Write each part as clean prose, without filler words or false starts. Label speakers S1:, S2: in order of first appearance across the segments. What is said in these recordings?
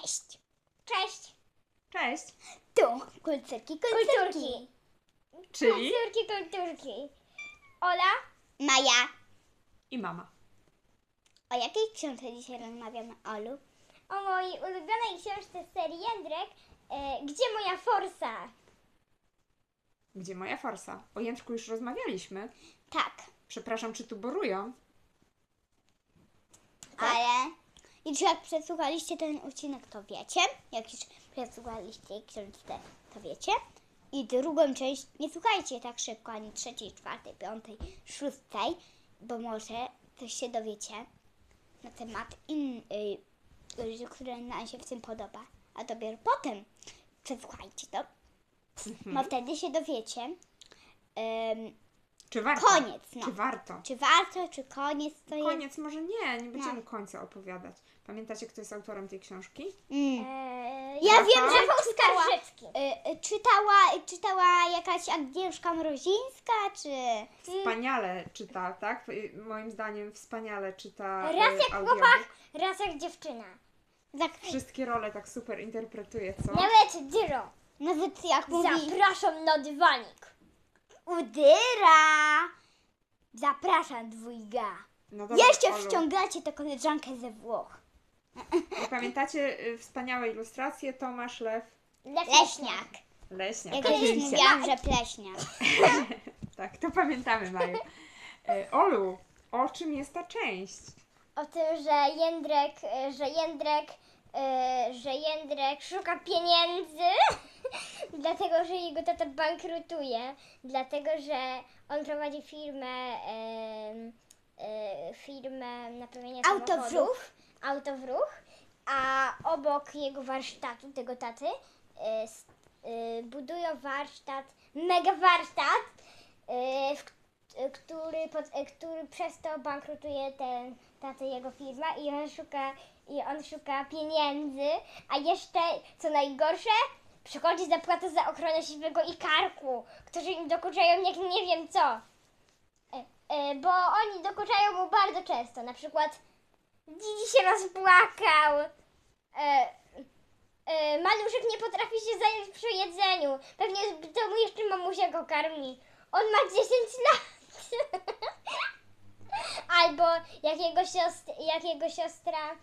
S1: Cześć!
S2: Cześć!
S3: Cześć!
S1: Tu kulturki.
S3: Czyli?
S2: Kulturki. Ola?
S1: Maja.
S3: I mama.
S1: O jakiej książce dzisiaj rozmawiamy, Olu?
S2: O mojej ulubionej książce z serii Jędrek. Gdzie moja forsa?
S3: Gdzie moja forsa? O Jędrku już rozmawialiśmy.
S1: Tak,
S3: Przepraszam, czy tu borują?
S1: ale już jak przesłuchaliście ten odcinek, to wiecie. Jak już przesłuchaliście książkę, to wiecie. I drugą część nie słuchajcie tak szybko, ani trzeciej, czwartej, piątej, szóstej, bo może coś się dowiecie na temat rzeczy, które nam się w tym podoba. A dopiero potem przesłuchajcie to, bo wtedy się dowiecie.
S3: Czy warto?
S1: Koniec, no.
S3: Czy warto?
S1: Czy warto, czy koniec to jest?
S3: Koniec może nie będziemy końca opowiadać. Pamiętacie, kto jest autorem tej książki?
S1: Ja wiem, że
S2: Rafał Skarżycki.
S1: czytała jakaś Agnieszka Mrozińska, czy...
S3: Wspaniale czyta, tak? Moim zdaniem wspaniale czyta
S2: Raz jak
S3: audiobook.
S2: chłopak, raz jak dziewczyna.
S3: Wszystkie role tak super interpretuje, co?
S2: Nawet Dyro.
S1: Nawet jak mówi...
S2: Zapraszam na dywanik.
S1: Udyra! Zapraszam, dwójga.
S3: No dobra,
S1: Jeszcze
S3: Olu.
S1: wciągacie tę koleżankę ze Włoch.
S3: I pamiętacie wspaniałe ilustracje? Tomasz Lew
S1: Leśniak.
S3: Leśniak.
S1: Ja kiedyś
S3: oczywiście.
S1: mówiłam, że pleśniak.
S3: Tak, to pamiętamy, Maju. Olu, o czym jest ta część?
S2: O tym, że Jędrek szuka pieniędzy, dlatego, że jego tata bankrutuje, dlatego, że on prowadzi firmę naprawiania samochodów. Autowróch, a obok jego warsztatu, tego taty, budują mega warsztat, który przez to bankrutuje taty jego firma i on szuka pieniędzy, a jeszcze, co najgorsze, przychodzi zapłata za ochronę siwego i karku, którzy im dokuczają jak nie wiem co. Bo oni dokuczają mu bardzo często, na przykład Didi się rozpłakał, Maluszek nie potrafi się zająć przy jedzeniu, pewnie w domu jeszcze mamusia go karmi, on ma 10 lat. Albo jak jego siostra,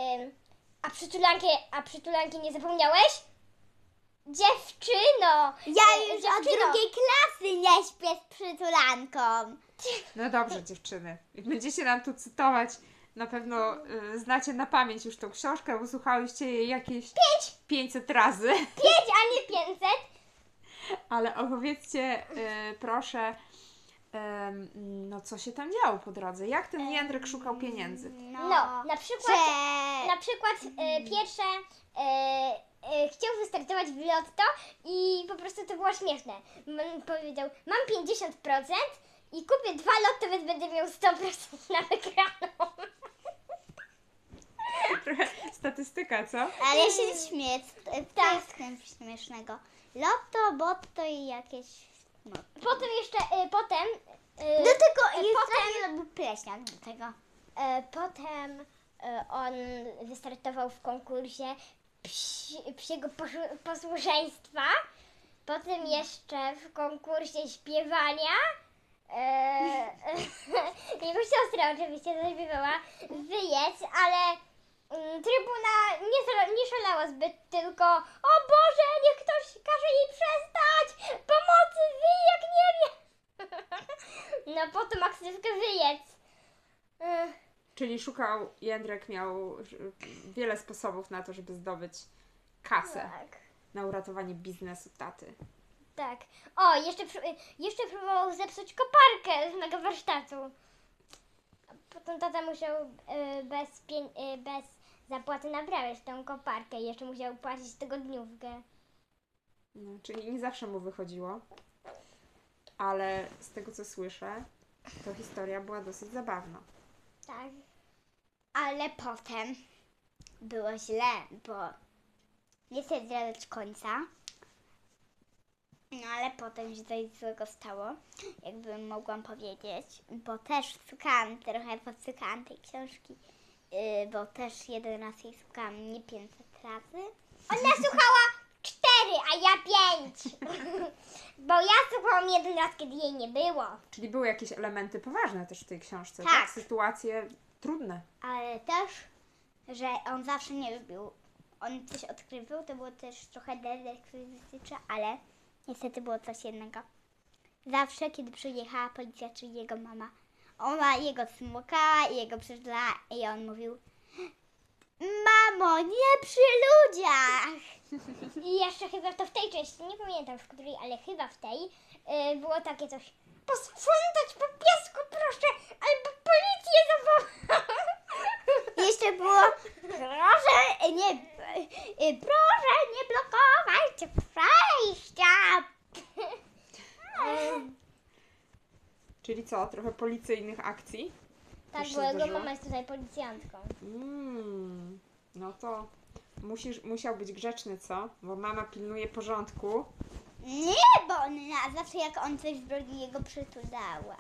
S2: a przytulanki nie zapomniałeś? Dziewczyno!
S1: Ja już od
S2: dziewczyno.
S1: drugiej klasy nie śpię z przytulanką.
S3: No dobrze, dziewczyny. Jak będziecie nam tu cytować, na pewno znacie na pamięć już tą książkę, bo słuchałyście jej jakieś 500 razy.
S2: 5, a nie 500.
S3: Ale opowiedzcie, proszę, no co się tam działo po drodze? Jak ten Jędrek szukał pieniędzy?
S2: No, na przykład pierwsze chciał wystartować w lotto i po prostu to było śmieszne. Powiedział, mam 50% i kupię 2 lotto, więc będę miał 100% na wygraną.
S3: Trochę statystyka, co?
S1: Ale ja się śmieję, to jest coś śmiesznego. Lotto, botto i jakieś... No.
S2: Potem jeszcze,
S1: Do tego jest był pleśniak do tego.
S2: potem on wystartował w konkursie psiego posłuszeństwa. Potem jeszcze w konkursie śpiewania. Jego siostra oczywiście zaśpiewała wyjedź, ale trybuna nie szalała zbyt, tylko o Boże, niech ktoś każe jej przestać! Pomocy, wyjek, nie wiem! No potem aksywkę wyjedz.
S3: Czyli Jędrek miał wiele sposobów na to, żeby zdobyć kasę
S2: Tak.
S3: na uratowanie biznesu taty.
S2: Tak. O, jeszcze próbował zepsuć koparkę z mego warsztatu. Potem tata musiał bez zapłaty naprawiać tą koparkę i jeszcze musiał płacić tygodniówkę.
S3: No, czyli nie zawsze mu wychodziło, ale z tego co słyszę, to historia była dosyć zabawna.
S2: Tak.
S1: Ale potem było źle, bo nie chcę zdradzać końca. No ale potem się coś złego stało, jakbym mogłam powiedzieć, bo też słuchałam, trochę podsłuchałam tej książki bo też jeden raz jej słuchałam nie 500 razy.
S2: Ona słuchała 4, a ja 5. Bo ja słuchałam jeden raz, kiedy jej nie było.
S3: Czyli były jakieś elementy poważne też w tej książce,
S1: Tak.
S3: tak? Sytuacje trudne.
S1: Ale też, że on zawsze nie lubił. On coś odkrywał, to było też trochę detektywistyczne, ale niestety było coś innego. Zawsze, kiedy przyjechała policja, czy jego mama, ona jego smukała i jego przytulała i on mówił: mamo, nie przy ludziach!
S2: I jeszcze chyba to w tej części, nie pamiętam w której, ale chyba w tej, było takie coś. Posprzątać po piasku, proszę, albo policję zawołam.
S1: Jeszcze było: proszę nie blokować przejścia!
S3: Czyli co, trochę policyjnych akcji?
S2: Tak,
S3: Już się
S2: bo jego
S3: zdarzyło?
S2: mama jest tutaj policjantką.
S3: No to musiał być grzeczny, co? Bo mama pilnuje porządku.
S1: Nie, bo zawsze jak on coś zrobił, jego przytulała.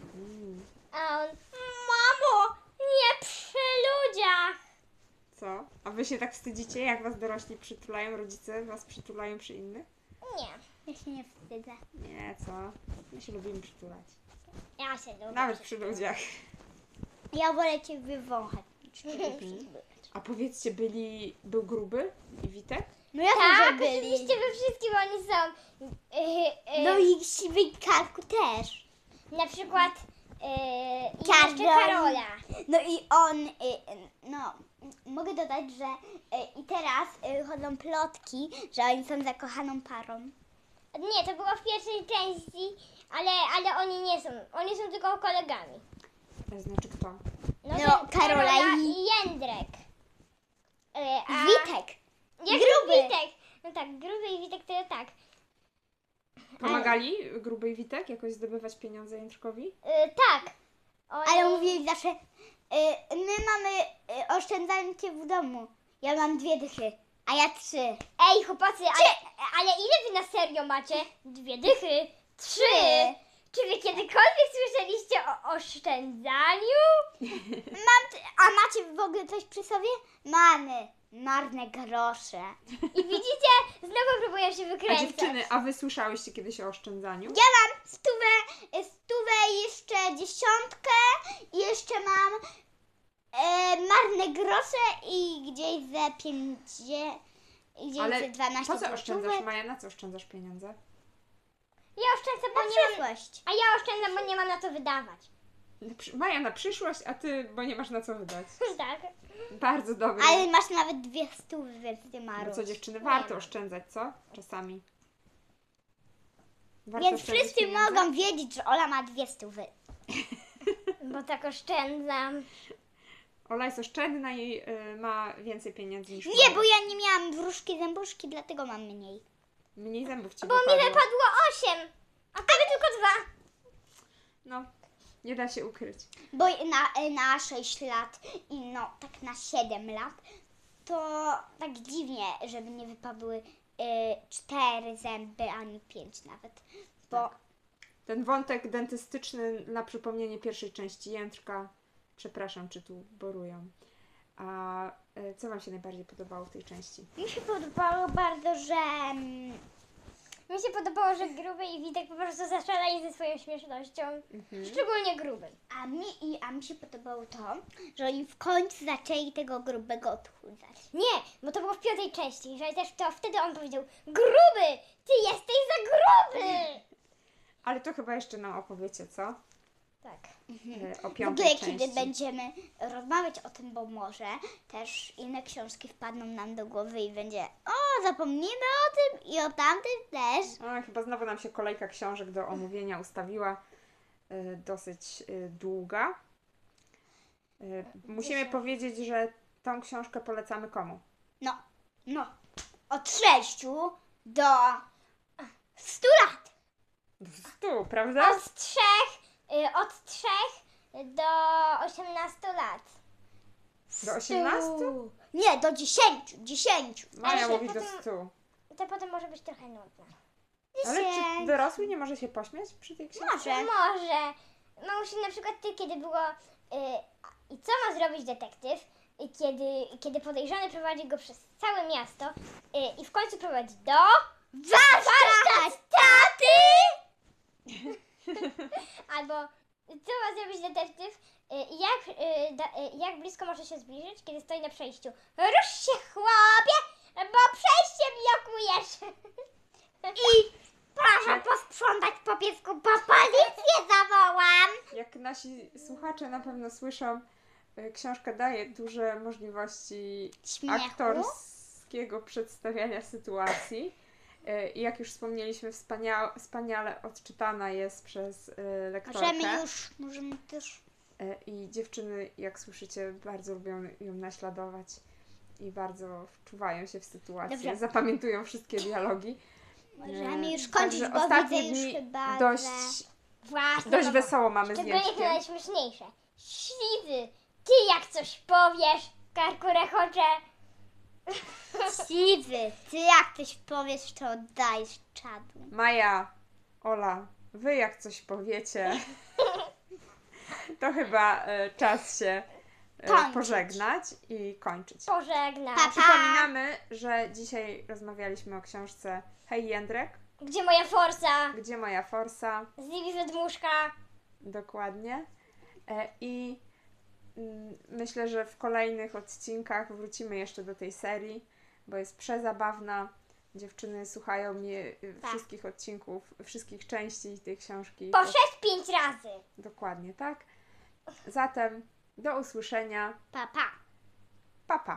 S2: A on, mamo, nie przy ludziach.
S3: Co? A wy się tak wstydzicie, jak was dorośli przytulają, rodzice was przytulają przy innych?
S2: Nie,
S1: Ja się nie wstydzę.
S3: Nie, co? My się lubimy przytulać.
S2: ja się lubię.
S3: Nawet przy ludziach.
S1: Ja wolę cię wywąchać.
S3: A powiedzcie, był Gruby i Witek?
S1: No ja
S2: Tak,
S1: że byli.
S2: oczywiście we wszystkim oni są.
S1: No i siwy Karku też.
S2: Na przykład i
S1: Karol.
S2: jeszcze Karola.
S1: No i on, no, mogę dodać, że i teraz chodzą plotki, że oni są zakochaną parą.
S2: Nie, to było w pierwszej części, ale oni nie są. Oni są tylko kolegami.
S3: Znaczy kto?
S1: No,
S2: ten
S1: Karola
S2: i Jędrek.
S1: Witek.
S2: Jak
S1: Gruby.
S2: Witek. No tak, Gruby i Witek to tak.
S3: Pomagali Gruby i Witek jakoś zdobywać pieniądze Jędrkowi?
S2: Tak. Oni...
S1: Ale mówili zawsze, my mamy, oszczędzajcie w domu. Ja mam 2 dychy, a ja 3.
S2: Ej, chłopacy, ale ile wy na serio macie? 2 dychy? 3? Czy wy kiedykolwiek słyszeliście o oszczędzaniu?
S1: A macie w ogóle coś przy sobie? Mamy. Marne grosze.
S2: I widzicie, znowu próbuję się
S3: A
S2: wykręcać.
S3: dziewczyny, a wy słyszałyście kiedyś o oszczędzaniu?
S1: Ja mam stówę jeszcze 10 i jeszcze mam marne grosze i gdzieś ze 5, gdzieś
S3: Ale
S1: ze 12
S3: po co oszczędzasz,
S1: złotówek.
S3: Maja? Na co oszczędzasz pieniądze?
S2: Ja oszczędzam, bo
S1: Na
S2: nie mam...
S1: przyszłość.
S2: A ja oszczędzam, bo nie mam na co wydawać.
S3: Maja na przyszłość, a ty, bo nie masz na co wydać.
S2: Tak.
S3: Bardzo dobre.
S1: Ale masz nawet 200, więc ty
S3: No
S1: masz.
S3: co dziewczyny,
S2: Nie
S3: warto
S2: mam.
S3: oszczędzać, co? Czasami. Warto
S1: Więc
S3: oszczędzać
S1: wszyscy
S3: pieniądze.
S1: mogą wiedzieć, że Ola ma 200.
S2: Bo tak oszczędzam.
S3: Ola jest oszczędna i ma więcej pieniędzy niż
S1: Nie,
S3: Maja.
S1: bo ja nie miałam wróżki zębuszki, dlatego mam mniej.
S3: Mniej zębów ci
S2: Bo mi
S3: wypadło.
S2: wypadło 8, a tobie tylko 2.
S3: No, nie da się ukryć.
S1: Bo na 6 lat i no tak na 7 lat, to tak dziwnie, żeby nie wypadły 4 zęby, ani 5 nawet. Bo
S3: Ten wątek dentystyczny na przypomnienie pierwszej części Jędrka. Przepraszam, czy tu borują. A co wam się najbardziej podobało w tej części?
S1: mi się podobało bardzo, że
S2: Mi się podobało, że Gruby i Witek po prostu zaszaleli ze swoją śmiesznością. Szczególnie Gruby.
S1: a mi się podobało to, że oni w końcu zaczęli tego grubego odchudzać.
S2: Nie, bo to było w 5. części, że też to wtedy on powiedział: Gruby, ty jesteś za gruby!
S3: Ale to chyba jeszcze nam opowiecie, co?
S2: Tak.
S3: O
S1: W
S3: piątej
S1: ogóle,
S3: części.
S1: kiedy będziemy rozmawiać o tym, bo może też inne książki wpadną nam do głowy i będzie: o, zapomnimy o tym i o tamtym też.
S3: A, chyba znowu nam się kolejka książek do omówienia ustawiła. Dosyć długa. Musimy powiedzieć, że tą książkę polecamy komu?
S1: No, od 6 do 100 lat.
S3: 100, prawda?
S2: Od 3 do 18 lat.
S3: Do 18?
S1: Nie, do 10. 10.
S3: Maja
S2: Ale
S3: mówi do
S2: potem-
S3: 100.
S2: To potem może być trochę nudne.
S3: Ale czy dorosły nie może się pośmiać przy tej książce?
S1: Może.
S2: Może. Mamusi, na przykład ty, kiedy było i co ma zrobić detektyw, kiedy podejrzany prowadzi go przez całe miasto i w końcu prowadzi do...
S1: Warsztat taty!
S2: Albo co ma zrobić detektyw i jak blisko może się zbliżyć, kiedy stoi na przejściu. Rusz się, chłopie, bo przejście blokujesz.
S1: I proszę posprzątać po piesku, bo policję zawołam.
S3: Jak nasi słuchacze na pewno słyszą, książka daje duże możliwości
S1: Śmiechu.
S3: aktorskiego przedstawiania sytuacji. I jak już wspomnieliśmy, wspaniale odczytana jest przez lektorkę.
S1: Możemy też.
S3: I dziewczyny, jak słyszycie, bardzo lubią ją naśladować i bardzo wczuwają się w sytuację,
S1: Dobrze.
S3: zapamiętują wszystkie dialogi.
S1: Możemy już kończyć,
S3: Także
S1: bo
S3: ostatnie
S1: widzę już
S3: dni
S1: chyba,
S3: dość,
S2: Właśnie.
S3: dość
S2: no,
S3: wesoło mamy z
S2: szczególnie to
S3: Jędrkiem.
S2: najśmieszniejsze. Śliwy, ty jak coś powiesz, karku rechocze.
S1: Siwy, ty jak coś powiesz, to oddajesz czadu.
S3: Maja, Ola, wy jak coś powiecie, to chyba czas się
S1: Kończyć.
S3: pożegnać i kończyć.
S2: Pożegnam.
S1: Pa, pa.
S3: Przypominamy, że dzisiaj rozmawialiśmy o książce Hej Jędrek,
S2: Gdzie moja forsa?
S3: Gdzie moja forsa?
S2: Z Livi Wydmuszka.
S3: Dokładnie. I myślę, że w kolejnych odcinkach wrócimy jeszcze do tej serii, bo jest przezabawna. Dziewczyny słuchają mnie
S2: Tak.
S3: wszystkich odcinków, wszystkich części tej książki.
S2: Po 6-5 razy.
S3: Dokładnie, tak. Zatem do usłyszenia.
S1: Pa, pa.
S3: Pa, pa.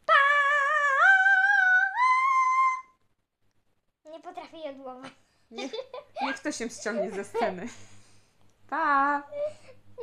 S2: Nie potrafię jej od głowy.
S3: Niech to się ściągnie ze sceny. Pa!